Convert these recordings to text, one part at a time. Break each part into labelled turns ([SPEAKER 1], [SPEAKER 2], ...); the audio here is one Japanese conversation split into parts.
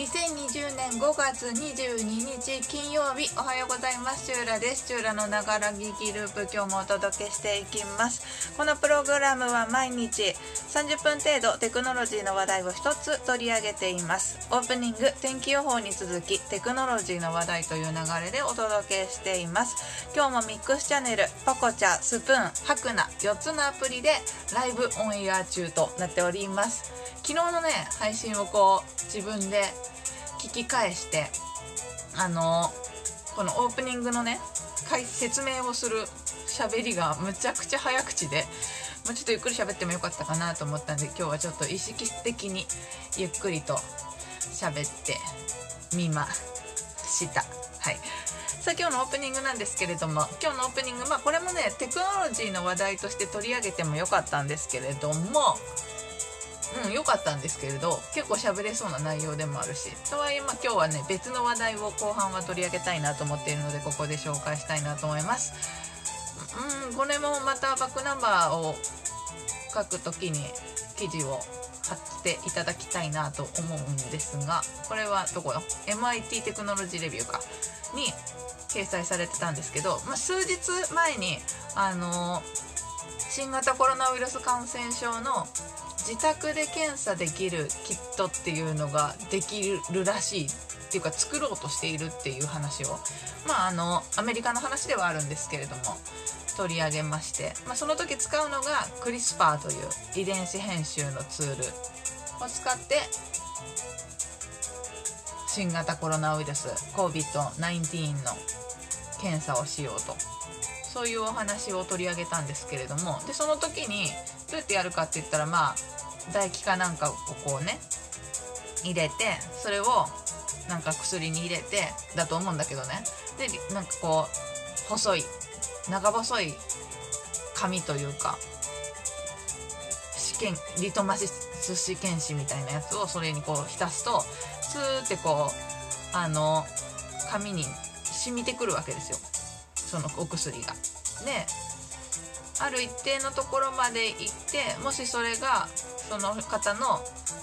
[SPEAKER 1] 2020年5月22日金曜日、おはようございます。チューラです。チューラのながら聞きループ、今日もお届けしていきます。このプログラムは毎日30分程度テクノロジーの話題を一つ取り上げています。オープニング天気予報に続きテクノロジーの話題という流れでお届けしています。今日もミックスチャンネル、ポコチャ、スプーン、ハクナ4つのアプリでライブオンエア中となっております。昨日のね配信を自分で聞き返して、このオープニングのね説明をする喋りがむちゃくちゃ早口で、ちょっとゆっくり喋ってもよかったかなと思ったんで、今日はちょっと意識的にゆっくりと喋ってみました。はい。さあ今日のオープニングなんですけれども、今日のオープニング、これもねテクノロジーの話題として取り上げてもよかったんですけれども、良かったんですけれど、結構喋れそうな内容でもあるし、とはいえ今日はね別の話題を後半は取り上げたいなと思っているので、ここで紹介したいなと思います。これもまたバックナンバーを書くときに記事を貼っていただきたいなと思うんですが、これはどこよ MIT テクノロジーレビューかに掲載されてたんですけど、数日前に新型コロナウイルス感染症の自宅で検査できるキットっていうのができるらしいっていうか、作ろうとしているっていう話を、アメリカの話ではあるんですけれども取り上げまして、その時使うのがクリスパーという遺伝子編集のツールを使って新型コロナウイルス COVID-19 の検査をしようと、そういうお話を取り上げたんですけれども、でその時にどうやってやるかって言ったら、唾液かなんかを入れて、それをなんか薬に入れてだと思うんだけどね、で長細い紙というかリトマス試験紙みたいなやつをそれに浸すとスーって紙に染みてくるわけですよ、そのお薬が。である一定のところまで行って、もしそれがその方の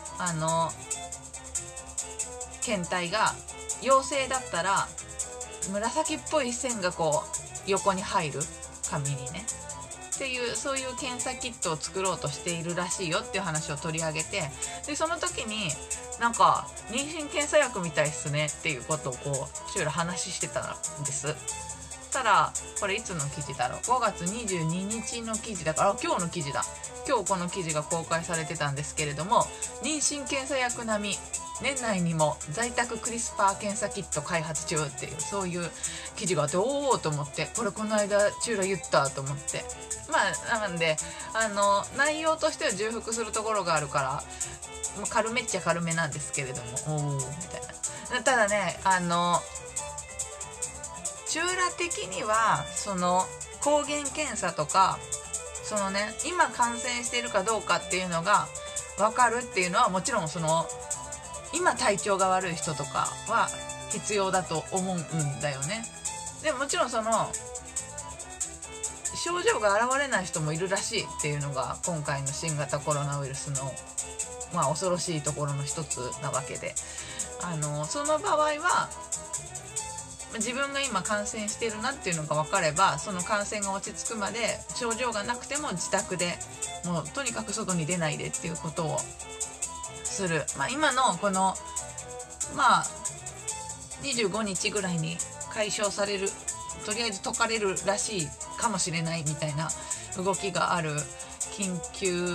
[SPEAKER 1] 検体が陽性だったら紫っぽい線が横に入る紙にねっていう、そういう検査キットを作ろうとしているらしいよっていう話を取り上げて、でその時になんか妊娠検査薬みたいっすねっていうことをシューラ話してたんです。たらこれいつの記事だろう、5月22日の記事だから、今日の記事だ。今日この記事が公開されてたんですけれども、妊娠検査薬並み年内にも在宅クリスパー検査キット開発中っていう、そういう記事があって、おおと思って、これこの間チューラ言ったと思って、なんで内容としては重複するところがあるから軽めっちゃ軽めなんですけれども、おおみたいな。ただねチューラ的にはその抗原検査とか今感染しているかどうかっていうのが分かるっていうのは、もちろん今体調が悪い人とかは必要だと思うんだよね。でもちろん症状が現れない人もいるらしいっていうのが今回の新型コロナウイルスの恐ろしいところの一つなわけで、その場合は自分が今感染しているなっていうのが分かれば、その感染が落ち着くまで症状がなくても自宅でもうとにかく外に出ないでっていうことをする。今のこの25日ぐらいに解消される、とりあえず解かれるらしいかもしれないみたいな動きがある緊急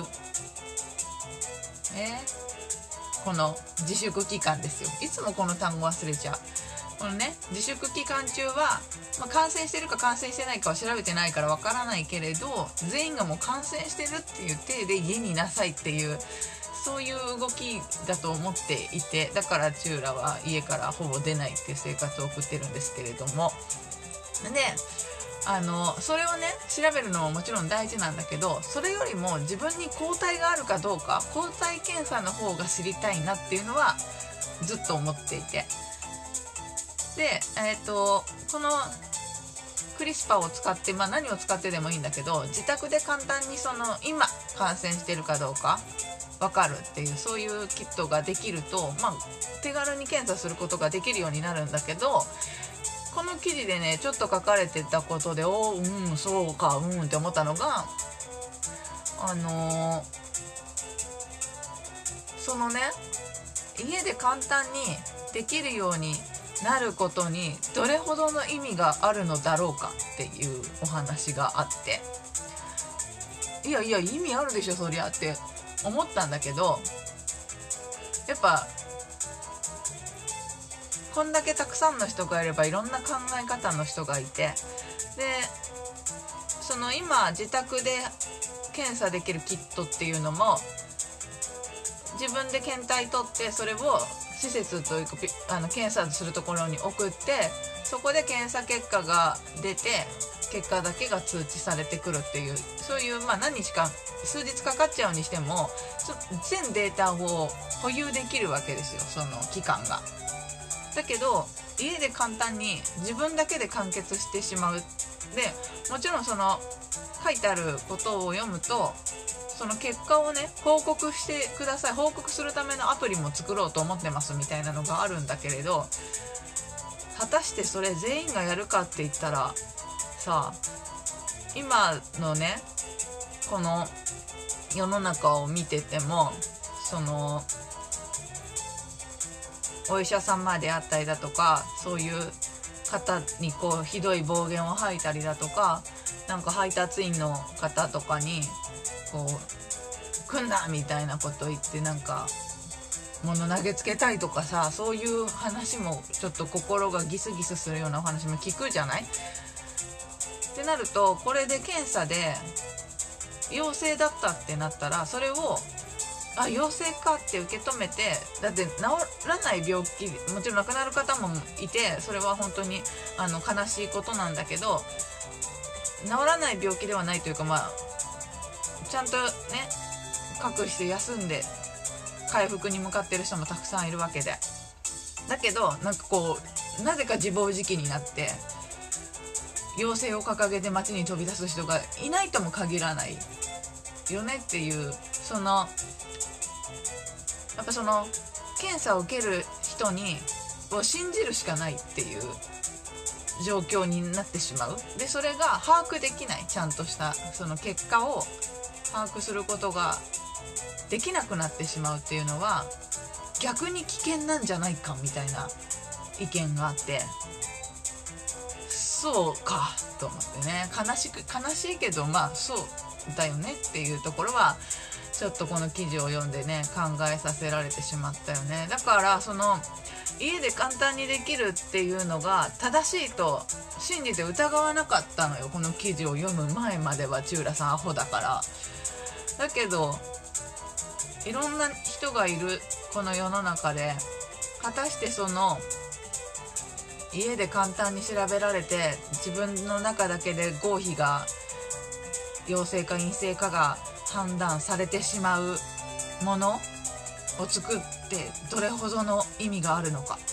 [SPEAKER 1] この自粛期間ですよ。いつもこの単語忘れちゃう。このね自粛期間中は、感染してるか感染してないかは調べてないからわからないけれど、全員がもう感染してるっていう体で家にいなさいっていう、そういう動きだと思っていて、だからチューラは家からほぼ出ないっていう生活を送ってるんですけれども、でそれをね調べるのももちろん大事なんだけど、それよりも自分に抗体があるかどうか、抗体検査の方が知りたいなっていうのはずっと思っていて、でこのクリスパを使って、何を使ってでもいいんだけど、自宅で簡単にその今感染してるかどうか分かるっていう、そういうキットができると、手軽に検査することができるようになるんだけど、この記事でねちょっと書かれてたことでそうかって思ったのが、そのね家で簡単にできるようになることにどれほどの意味があるのだろうかっていうお話があって、いや意味あるでしょそりゃって思ったんだけど、やっぱこんだけたくさんの人がいればいろんな考え方の人がいて、でその今自宅で検査できるキットっていうのも自分で検体取って、それを施設というか検査するところに送って、そこで検査結果が出て結果だけが通知されてくるっていう、そういう何日か数日かかっちゃうにしても全データを保有できるわけですよ、その期間が。だけど家で簡単に自分だけで完結してしまう。でもちろんその書いてあることを読むと、その結果をね報告してください、報告するためのアプリも作ろうと思ってますみたいなのがあるんだけれど、果たしてそれ全員がやるかって言ったらさ、今のねこの世の中を見てても、そのお医者様であったりだとか、そういう方にこうひどい暴言を吐いたりだとか、なんか配達員の方とかにこう来んなみたいなこと言ってなんか物投げつけたいとかさ、そういう話もちょっと心がギスギスするようなお話も聞くじゃないってなると、これで検査で陽性だったってなったら、それを陽性かって受け止めて、だって治らない病気もちろん亡くなる方もいて、それは本当に悲しいことなんだけど、治らない病気ではないというか、ちゃんとね隠して休んで回復に向かってる人もたくさんいるわけで、だけどなんかこうなぜか自暴自棄になって陽性を掲げて街に飛び出す人がいないとも限らないよねっていう、そのやっぱその検査を受ける人を信じるしかないっていう状況になってしまう。でそれが把握できない、ちゃんとしたその結果を把握することができなくなってしまうっていうのは逆に危険なんじゃないかみたいな意見があって、そうかと思ってね、悲しいけどそうだよねっていうところはちょっとこの記事を読んでね考えさせられてしまったよね。だからその家で簡単にできるっていうのが正しいと信じて疑わなかったのよ、この記事を読む前までは。チューラさんアホだから。だけどいろんな人がいるこの世の中で、果たしてその家で簡単に調べられて自分の中だけで合否が陽性か陰性かが判断されてしまうものを作ってどれほどの意味があるのか、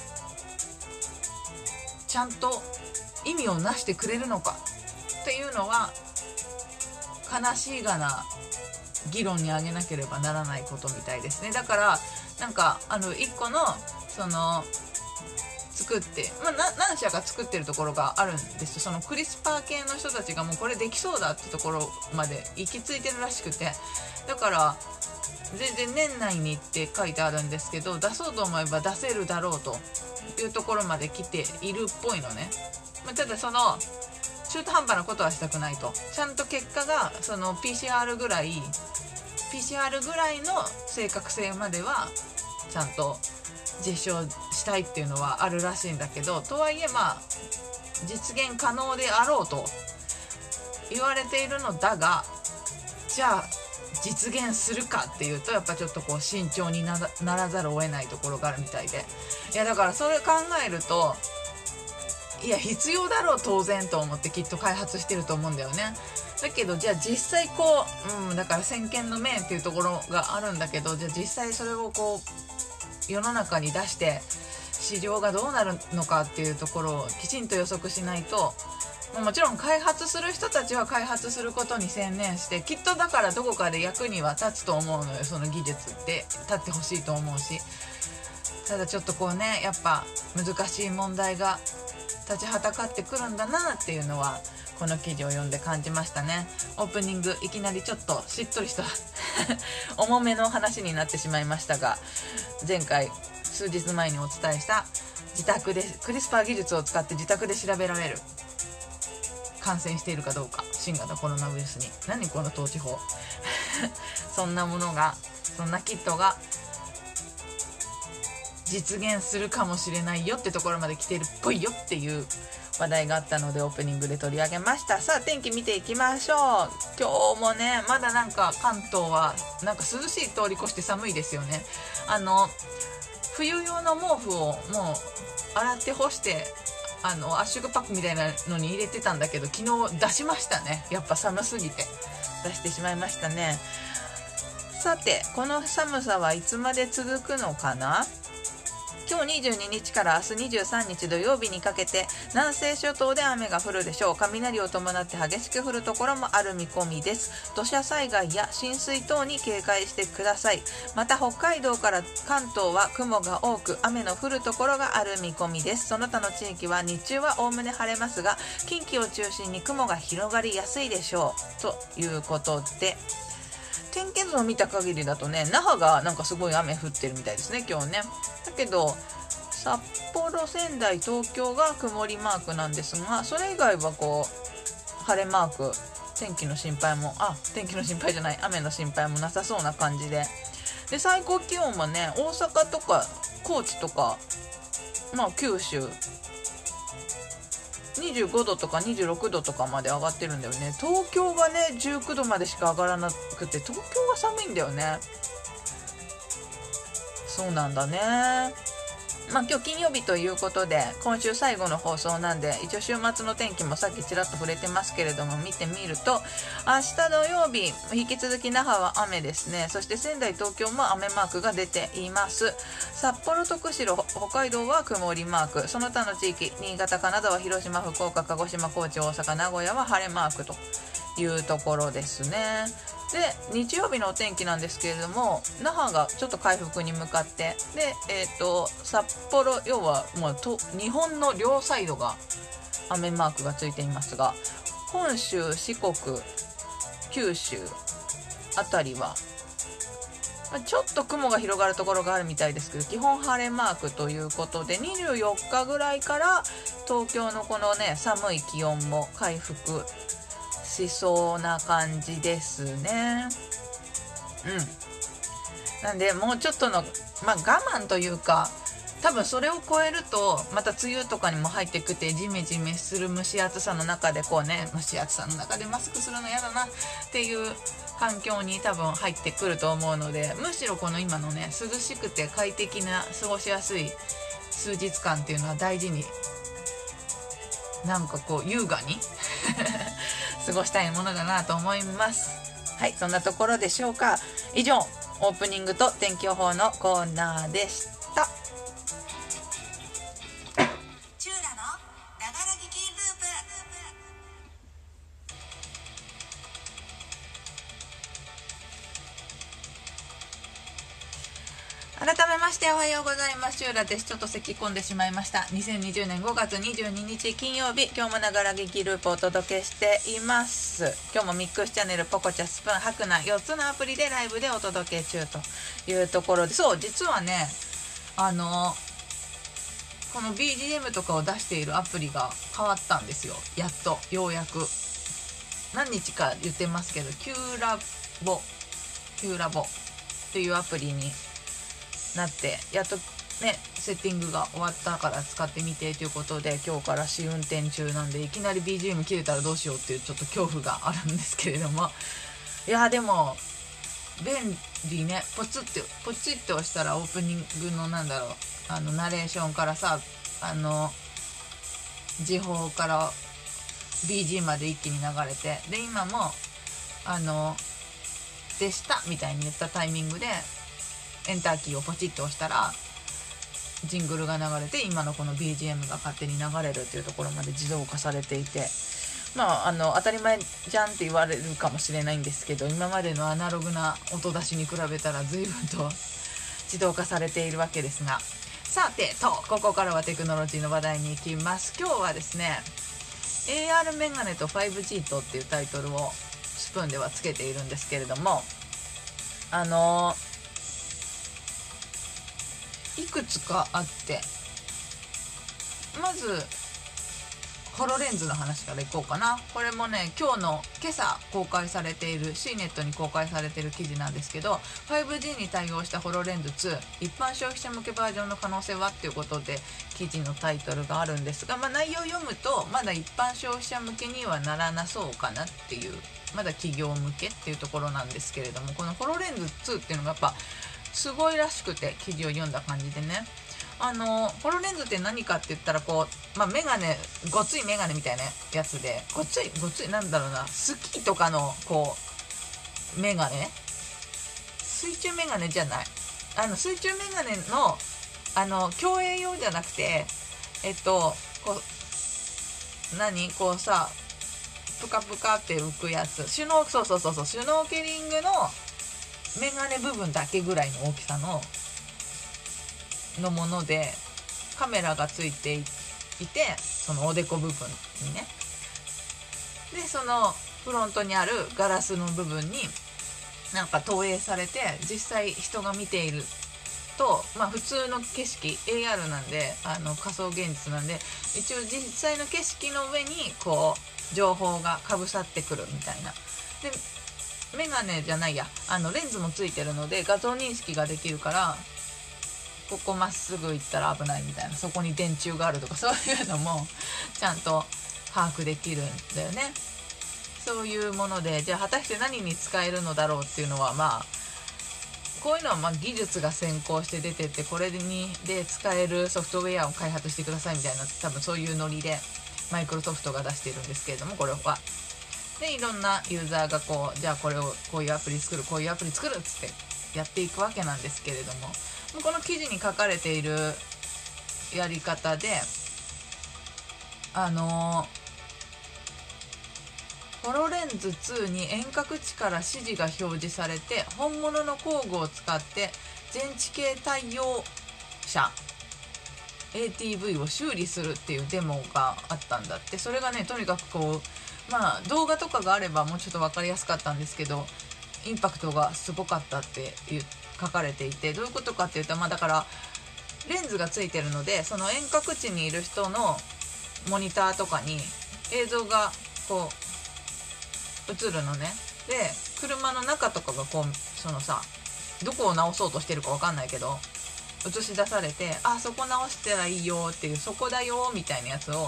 [SPEAKER 1] ちゃんと意味をなしてくれるのかっていうのは悲しいがな議論に挙げなければならないことみたいですね。だからなんか一個のその作って、何社か作ってるところがあるんですよ。そのクリスパー系の人たちがもうこれできそうだってところまで行き着いてるらしくて、だから全然年内にって書いてあるんですけど、出そうと思えば出せるだろうというところまで来ているっぽいのね。ただその中途半端なことはしたくないと、ちゃんと結果がその PCR ぐらいの正確性まではちゃんと実証したいっていうのはあるらしいんだけど、とはいえ実現可能であろうと言われているのだが、じゃあ実現するかっていうとやっぱちょっとこう慎重にならざるを得ないところがあるみたいで、いやだからそれ考えると、いや必要だろう当然と思ってきっと開発してると思うんだよね。だけどじゃあ実際こう、だから先見の明っていうところがあるんだけど、じゃあ実際それをこう世の中に出して市場がどうなるのかっていうところをきちんと予測しないともちろん開発する人たちは開発することに専念して、きっとだからどこかで役には立つと思うのよ。その技術って立ってほしいと思うし、ただちょっとこうね、やっぱ難しい問題が立ちはだかってくるんだなっていうのはこの記事を読んで感じましたね。オープニングいきなりちょっとしっとりした重めの話になってしまいましたが、前回数日前にお伝えした自宅でクリスパー技術を使って自宅で調べられる、感染しているかどうか新型コロナウイルスに、何この統治法そんなものが、そんなキットが実現するかもしれないよってところまで来ているっぽいよっていう話題があったのでオープニングで取り上げました。さあ天気見ていきましょう。今日もねまだなんか関東はなんか涼しい通り越して寒いですよね。冬用の毛布をもう洗って干して圧縮パックみたいなのに入れてたんだけど、昨日出しましたね。やっぱ寒すぎて出してしまいましたね。さてこの寒さはいつまで続くのかな。今日22日から明日23日土曜日にかけて南西諸島で雨が降るでしょう。雷を伴って激しく降るところもある見込みです。土砂災害や浸水等に警戒してください。また北海道から関東は雲が多く雨の降るところがある見込みです。その他の地域は日中はおおむね晴れますが、近畿を中心に雲が広がりやすいでしょうということで、天気図を見た限りだとね、那覇がなんかすごい雨降ってるみたいですね今日ね。だけど札幌、仙台、東京が曇りマークなんですが、それ以外はこう晴れマーク、天気の心配じゃない、雨の心配もなさそうな感じで、最高気温はね大阪とか高知とか、九州25度とか26度とかまで上がってるんだよね。東京がね19度までしか上がらなくて、東京が寒いんだよね。そうなんだね。今日金曜日ということで今週最後の放送なんで、一応週末の天気もさっきちらっと触れてますけれども、見てみると明日土曜日引き続き那覇は雨ですね。そして仙台、東京も雨マークが出ています。札幌と釧路、北海道は曇りマーク、その他の地域新潟、金沢、広島、福岡、鹿児島、高知、大阪、名古屋は晴れマークというところですね。で日曜日のお天気なんですけれども、那覇がちょっと回復に向かって、で、札幌、要はもう日本の両サイドが雨マークがついていますが、本州、四国、九州あたりはちょっと雲が広がるところがあるみたいですけど、基本晴れマークということで、24日ぐらいから東京のこのね寒い気温も回復しそうな感じですね。なんでもうちょっとの我慢というか、多分それを超えるとまた梅雨とかにも入ってくて、ジメジメする蒸し暑さの中で蒸し暑さの中でマスクするの嫌だなっていう環境に多分入ってくると思うので、むしろこの今のね涼しくて快適な過ごしやすい数日間っていうのは大事に、なんかこう優雅に過ごしたいものだなと思います。はい、そんなところでしょうか。以上オープニングと天気予報のコーナーでした。チューラのながら聞きループ。改めましておはようございます。シューラです。ちょっと咳き込んでしまいました。2020年5月22日金曜日、今日もながら聞きループをお届けしています。今日もミックスチャンネル、ポコチャ、スプーン、ハクナ4つのアプリでライブでお届け中というところで、そう実はねこの BGM とかを出しているアプリが変わったんですよ。やっとようやく何日か言ってますけど、キューラボっていうアプリになって、やっとねセッティングが終わったから使ってみてということで、今日から試運転中なんで、いきなり BGM 切れたらどうしようっていうちょっと恐怖があるんですけれども、いやでも便利ね。ポチって押したらオープニングのナレーションからさ、時報から BG まで一気に流れて、で今もでしたみたいに言ったタイミングでエンターキーをポチッと押したらジングルが流れて、今のこの BGM が勝手に流れるっていうところまで自動化されていて、 当たり前じゃんって言われるかもしれないんですけど、今までのアナログな音出しに比べたら随分と自動化されているわけですが、さてここからはテクノロジーの話題に行きます。今日はですね AR メガネと 5G とっていうタイトルをスプーンではつけているんですけれども、いくつかあって、まずホロレンズの話からいこうかな。これもね、今朝公開されている CNET に公開されている記事なんですけど、 5G に対応したホロレンズ2一般消費者向けバージョンの可能性はっていうことで記事のタイトルがあるんですが、内容を読むとまだ一般消費者向けにはならなそうかなっていう、まだ企業向けっていうところなんですけれども、このホロレンズ2っていうのがやっぱすごいらしくて、記事を読んだ感じでね、ホロレンズって何かって言ったらメガネ、ごついメガネみたいなやつで、ごついなんだろうな、スキーとかのメガネ、水中メガネじゃない、水中メガネの競泳用じゃなくて、プカプカって浮くやつ、シュノーケリングのメガネ部分だけぐらいの大きさのもので、カメラがついていて、そのおでこ部分にね、でそのフロントにあるガラスの部分になんか投影されて、実際人が見ていると、普通の景色 AR なんで、仮想現実なんで、一応実際の景色の上に情報がかぶさってくるみたいな。でメガネじゃないや、レンズもついてるので画像認識ができるから、ここまっすぐ行ったら危ないみたいな、そこに電柱があるとか、そういうのもちゃんと把握できるんだよね。そういうもので、じゃあ果たして何に使えるのだろうっていうのは、こういうのは技術が先行して出てって、これで使えるソフトウェアを開発してくださいみたいな、多分そういうノリでマイクロソフトが出しているんですけれども、これはでいろんなユーザーがじゃあこれをこういうアプリ作るっつってやっていくわけなんですけれども、この記事に書かれているやり方で、ホロレンズ2に遠隔地から指示が表示されて、本物の工具を使って全地形対応車 ATV を修理するっていうデモがあったんだって。それがね、とにかく動画とかがあればもうちょっと分かりやすかったんですけど、インパクトがすごかったって書かれていて、どういうことかっていうと、だからレンズがついてるので、その遠隔地にいる人のモニターとかに映像が映るのね。で車の中とかがどこを直そうとしてるか分かんないけど映し出されて、そこ直したらいいよっていう、そこだよみたいなやつを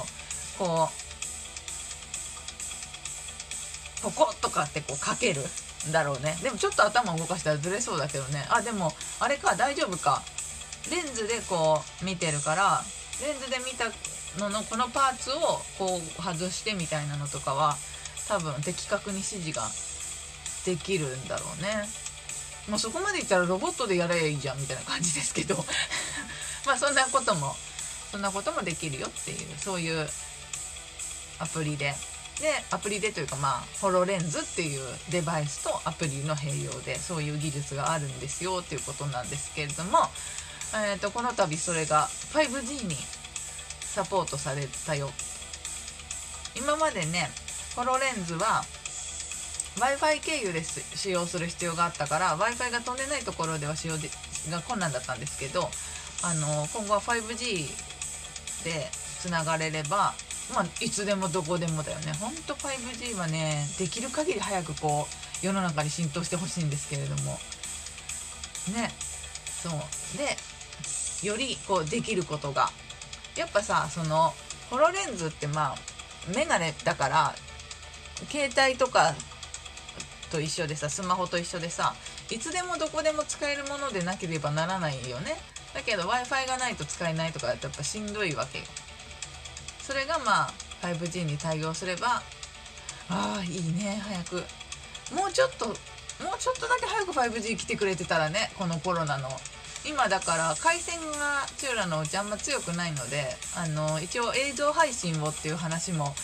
[SPEAKER 1] ポコッとかってかけるんだろうね。でもちょっと頭を動かしたらずれそうだけどね。でもあれか、大丈夫か、レンズで見てるから、レンズで見たののこのパーツを外してみたいなのとかは多分的確に指示ができるんだろうね。もうそこまでいったらロボットでやればいいじゃんみたいな感じですけどそんなこともできるよっていう、そういうアプリでというか、ホロレンズっていうデバイスとアプリの併用で、そういう技術があるんですよっていうことなんですけれども、この度それが 5G にサポートされたよ。今までね、ホロレンズは Wi-Fi 経由で使用する必要があったから、 Wi-Fi が飛んでないところでは使用が困難だったんですけど、今後は 5G でつながれれば、いつでもどこでもだよね。ほんと 5G はね、できる限り早く世の中に浸透してほしいんですけれどもね。そうで、よりできることが、やっぱそのホロレンズってメガネだから、携帯とかと一緒でスマホと一緒でいつでもどこでも使えるものでなければならないよね。だけど Wi-Fi がないと使えないとかだとやっぱしんどいわけよ。それが5G に対応すれば、いいね、早くもうちょっとだけ早く 5G 来てくれてたらね。このコロナの今だから回線がうちらのうちあんま強くないので、一応映像配信をっていう話も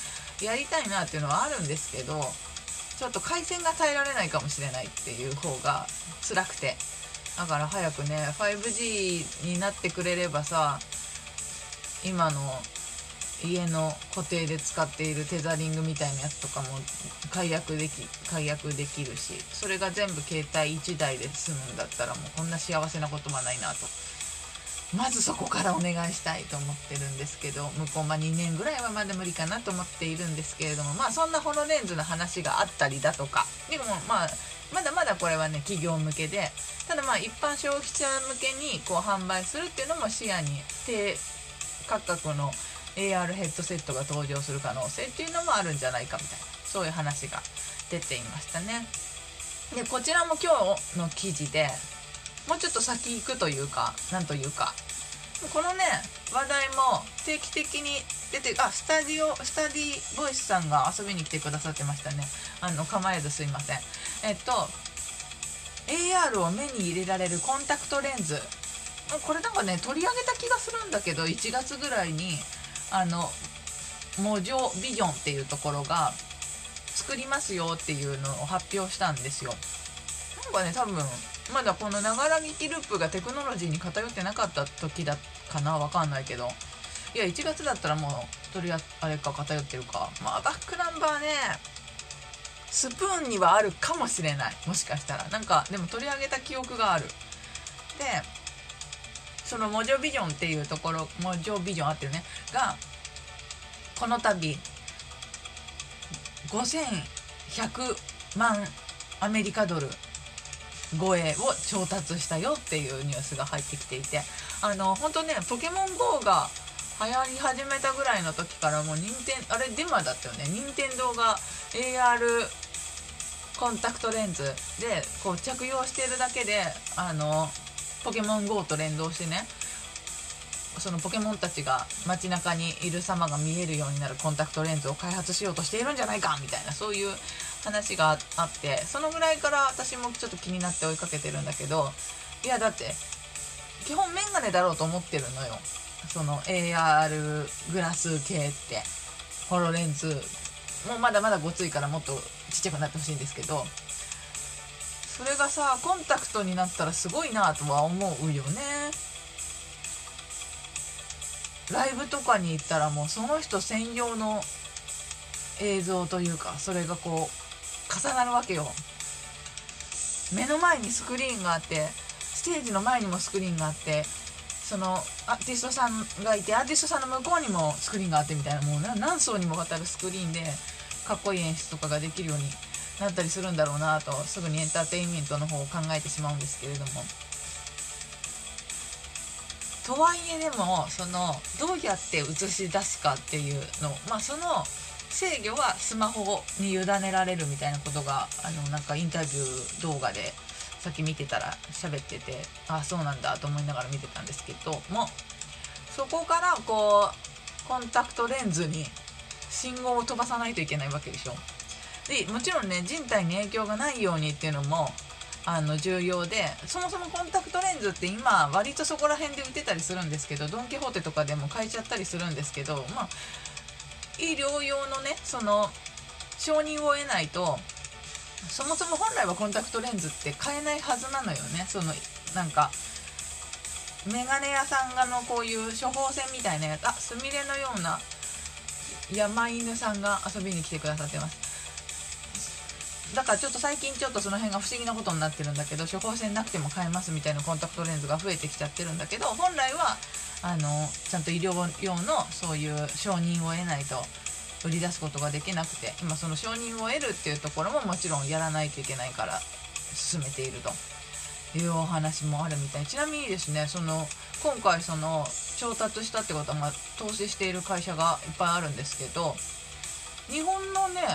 [SPEAKER 1] やりたいなっていうのはあるんですけど、ちょっと回線が耐えられないかもしれないっていう方が辛くて、だから早くね 5G になってくれればさ、今の家の固定で使っているテザリングみたいなやつとかも解約できるし、それが全部携帯1台で済むんだったらもうこんな幸せなことはないなと、まずそこからお願いしたいと思ってるんですけど、向こう2年ぐらいはまだ無理かなと思っているんですけれども、そんなホロレンズの話があったりだとか、でもまだまだこれはね企業向けで、ただ一般消費者向けにこう販売するっていうのも視野に、低価格の AR ヘッドセットが登場する可能性っていうのもあるんじゃないかみたいな、そういう話が出ていましたね。でこちらも今日の記事でもうちょっと先行くというか、なんというか、このね話題も定期的に出て、スタディボイスさんが遊びに来てくださってましたね。構えずすいません。AR を目に入れられるコンタクトレンズ、これなんかね取り上げた気がするんだけど、1月ぐらいにモジョビジョンっていうところが作りますよっていうのを発表したんですよ。なんかね多分まだこのながら聞きループがテクノロジーに偏ってなかった時だかな、わかんないけど、いや1月だったらもうあれか偏ってるか、バックナンバーねスプーンにはあるかもしれない、もしかしたらなんかでも取り上げた記憶がある。でそのモジョビジョンっていうところ、モジョビジョン合ってるねがこの度5100万アメリカドル超えを調達したよっていうニュースが入ってきていて、本当ねポケモン GO が流行り始めたぐらいの時からもうあれデマだったよね、任天堂が AR コンタクトレンズでこう着用しているだけでポケモン GO と連動してね、そのポケモンたちが街中にいる様が見えるようになるコンタクトレンズを開発しようとしているんじゃないかみたいな、そういう話があって、そのぐらいから私もちょっと気になって追いかけてるんだけど、いやだって基本メガネだろうと思ってるのよ、その AR グラス系って。ホロレンズもうまだまだごついからもっとちっちゃくなってほしいんですけど、それがさコンタクトになったらすごいなとは思うよね。ライブとかに行ったらもうその人専用の映像というか、それがこう重なるわけよ。目の前にスクリーンがあって、ステージの前にもスクリーンがあって、そのアーティストさんがいて、アーティストさんの向こうにもスクリーンがあってみたいな、もう何層にもわたるスクリーンでかっこいい演出とかができるようになったりするんだろうなと、すぐにエンターテインメントの方を考えてしまうんですけれども、とはいえでもどうやって映し出すかっていうの、その制御はスマホに委ねられるみたいなことがなんかインタビュー動画でさっき見てたら喋ってて、そうなんだと思いながら見てたんですけども、そこからこうコンタクトレンズに信号を飛ばさないといけないわけでしょ。でもちろんね人体に影響がないようにっていうのも重要で、そもそもコンタクトレンズって今割とそこら辺で売ってたりするんですけど、ドン・キホーテとかでも買えちゃったりするんですけど、医療用のね承認を得ないと、そもそも本来はコンタクトレンズって買えないはずなのよね。なんかメガネ屋さんがこういう処方箋みたいなやつ、スミレのような山犬さんが遊びに来てくださってます。だから最近その辺が不思議なことになってるんだけど、処方箋なくても買えますみたいなコンタクトレンズが増えてきちゃってるんだけど、本来はちゃんと医療用のそういう承認を得ないと売り出すことができなくて、今その承認を得るっていうところももちろんやらないといけないから進めているというお話もあるみたい。ちなみにですね、今回調達したってことは、投資している会社がいっぱいあるんですけど、日本のね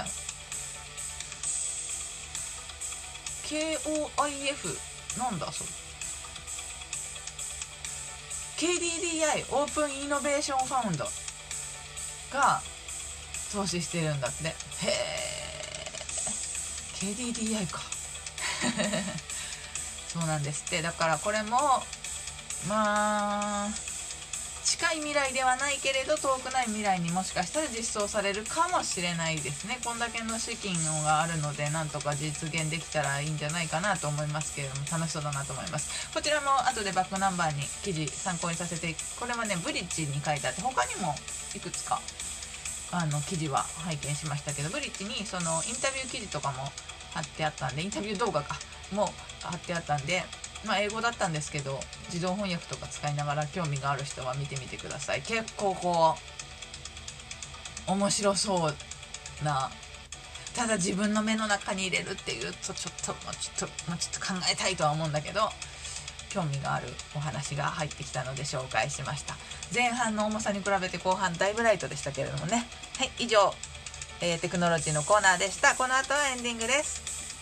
[SPEAKER 1] KOIF なんだそれ KDDI オープンイノベーションファウンドが投資してるんだって。へえ KDDI かそうなんですって。だからこれも近近い未来ではないけれど遠くない未来にもしかしたら実装されるかもしれないですね。こんだけの資金があるのでなんとか実現できたらいいんじゃないかなと思いますけれども、楽しそうだなと思います。こちらも後でバックナンバーに記事参考にさせて、これはねブリッジに書いてあって、他にもいくつか記事は拝見しましたけど、ブリッジにそのインタビュー記事とかも貼ってあったんで、インタビュー動画も貼ってあったんで、英語だったんですけど自動翻訳とか使いながら興味がある人は見てみてください。結構面白そうな、ただ自分の目の中に入れるっていうとちょっともうちょっと考えたいとは思うんだけど、興味があるお話が入ってきたので紹介しました。前半の重さに比べて後半だいぶライトでしたけれどもね。はい、以上、テクノロジーのコーナーでした。この後はエンディングです。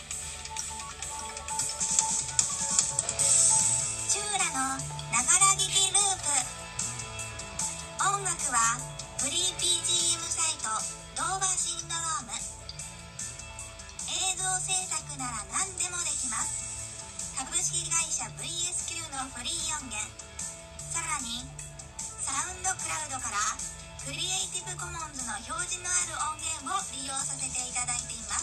[SPEAKER 2] チューラのながら聞きループ。音楽はフリー BGM サイトドーバシンドローム。映像制作なら何でもできます。株式会社 VSQ のフリー音源、さらにサウンドクラウドからクリエイティブコモンズの表示のある音源を利用させていただいています。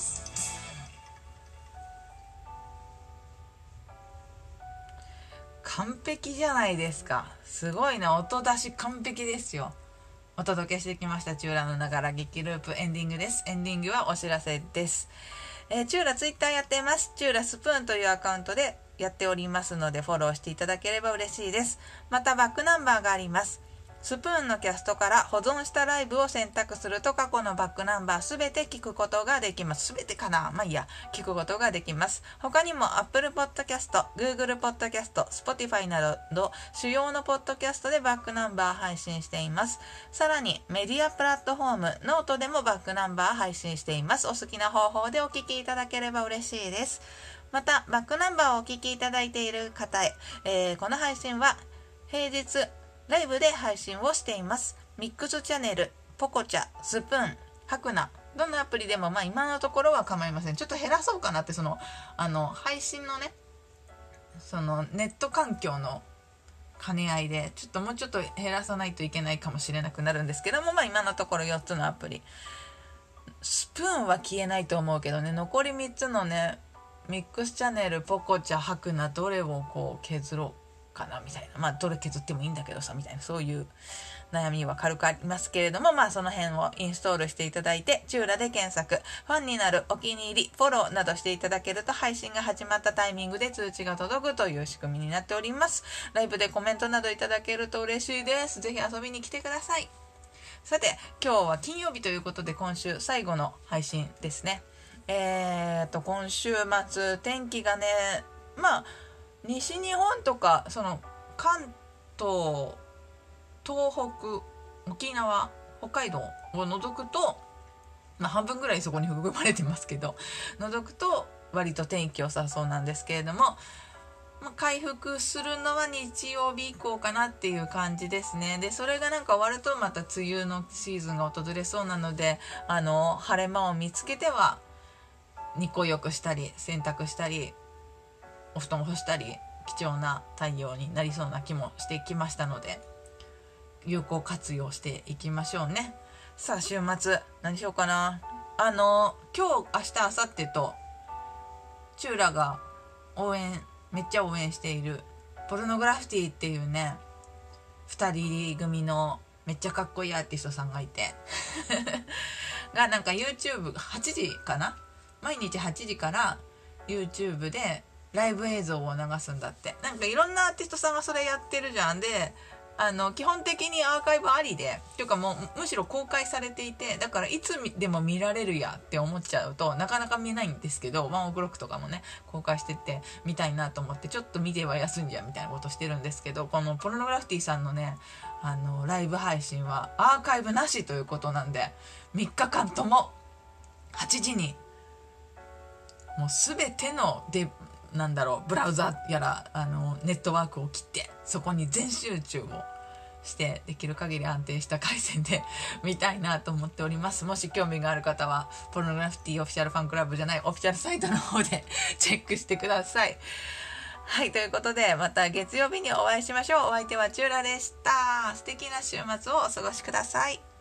[SPEAKER 1] 完璧じゃないですか。すごいな、音出し完璧ですよ。お届けしてきましたチューラのながら劇ループ、エンディングです。エンディングはお知らせです。チューラツイッターやっています。チューラスプーンというアカウントでやっておりますのでフォローしていただければ嬉しいです。またバックナンバーがあります。スプーンのキャストから保存したライブを選択すると過去のバックナンバーすべて聞くことができます。すべてかな、まあいいや、聞くことができます。他にも Apple Podcast、Google Podcast、Spotify など主要のポッドキャストでバックナンバー配信しています。さらにメディアプラットフォームノートでもバックナンバー配信しています。お好きな方法でお聞きいただければ嬉しいです。またバックナンバーをお聞きいただいている方へ、この配信は平日ライブで配信をしています。ミックスチャンネル、ポコチャ、スプーン、ハクナ、どんなアプリでも今のところは構いません。ちょっと減らそうかなって、配信のね、ネット環境の兼ね合いでもうちょっと減らさないといけないかもしれなくなるんですけども、今のところ4つのアプリ、スプーンは消えないと思うけどね、残り3つのね、ミックスチャンネル、ポコチャ、ハクナ、どれを削ろうかなみたいな、どれ削ってもいいんだけどさみたいな、そういう悩みは軽くありますけれども、その辺をインストールしていただいてチューラで検索、ファンになる、お気に入り、フォローなどしていただけると配信が始まったタイミングで通知が届くという仕組みになっております。ライブでコメントなどいただけると嬉しいです。ぜひ遊びに来てください。さて今日は金曜日ということで今週最後の配信ですね。今週末天気がね、西日本とか関東、東北、沖縄、北海道を除くと、半分ぐらいそこに含まれてますけど、除くと割と天気良さそうなんですけれども、回復するのは日曜日以降かなっていう感じですね。でそれが終わるとまた梅雨のシーズンが訪れそうなので、晴れ間を見つけては日光浴したり洗濯したりお布団を干したり、貴重な太陽になりそうな気もしてきましたので、有効活用していきましょうね。さあ週末何しようかな。今日明日明後日とチューラがめっちゃ応援しているポルノグラフィティっていうね、2人組のめっちゃかっこいいアーティストさんがいてがYouTube8 時かな、毎日8時から YouTube でライブ映像を流すんだって。いろんなアーティストさんがそれやってるじゃん。で基本的にアーカイブありで、というかもうむしろ公開されていて、だからいつでも見られるやって思っちゃうとなかなか見ないんですけど、ワンオクロックとかもね公開してって見たいなと思ってちょっと見ては休んじゃうみたいなことしてるんですけど、このポルノグラフィティさんのねライブ配信はアーカイブなしということなんで、3日間とも8時にもう全てのブラウザやらネットワークを切ってそこに全集中をしてできる限り安定した回線で見たいなと思っております。もし興味がある方はポルノグラフィティオフィシャルファンクラブじゃないオフィシャルサイトの方でチェックしてください。 はい、ということでまた月曜日にお会いしましょう。お相手はチューラでした。素敵な週末をお過ごしください。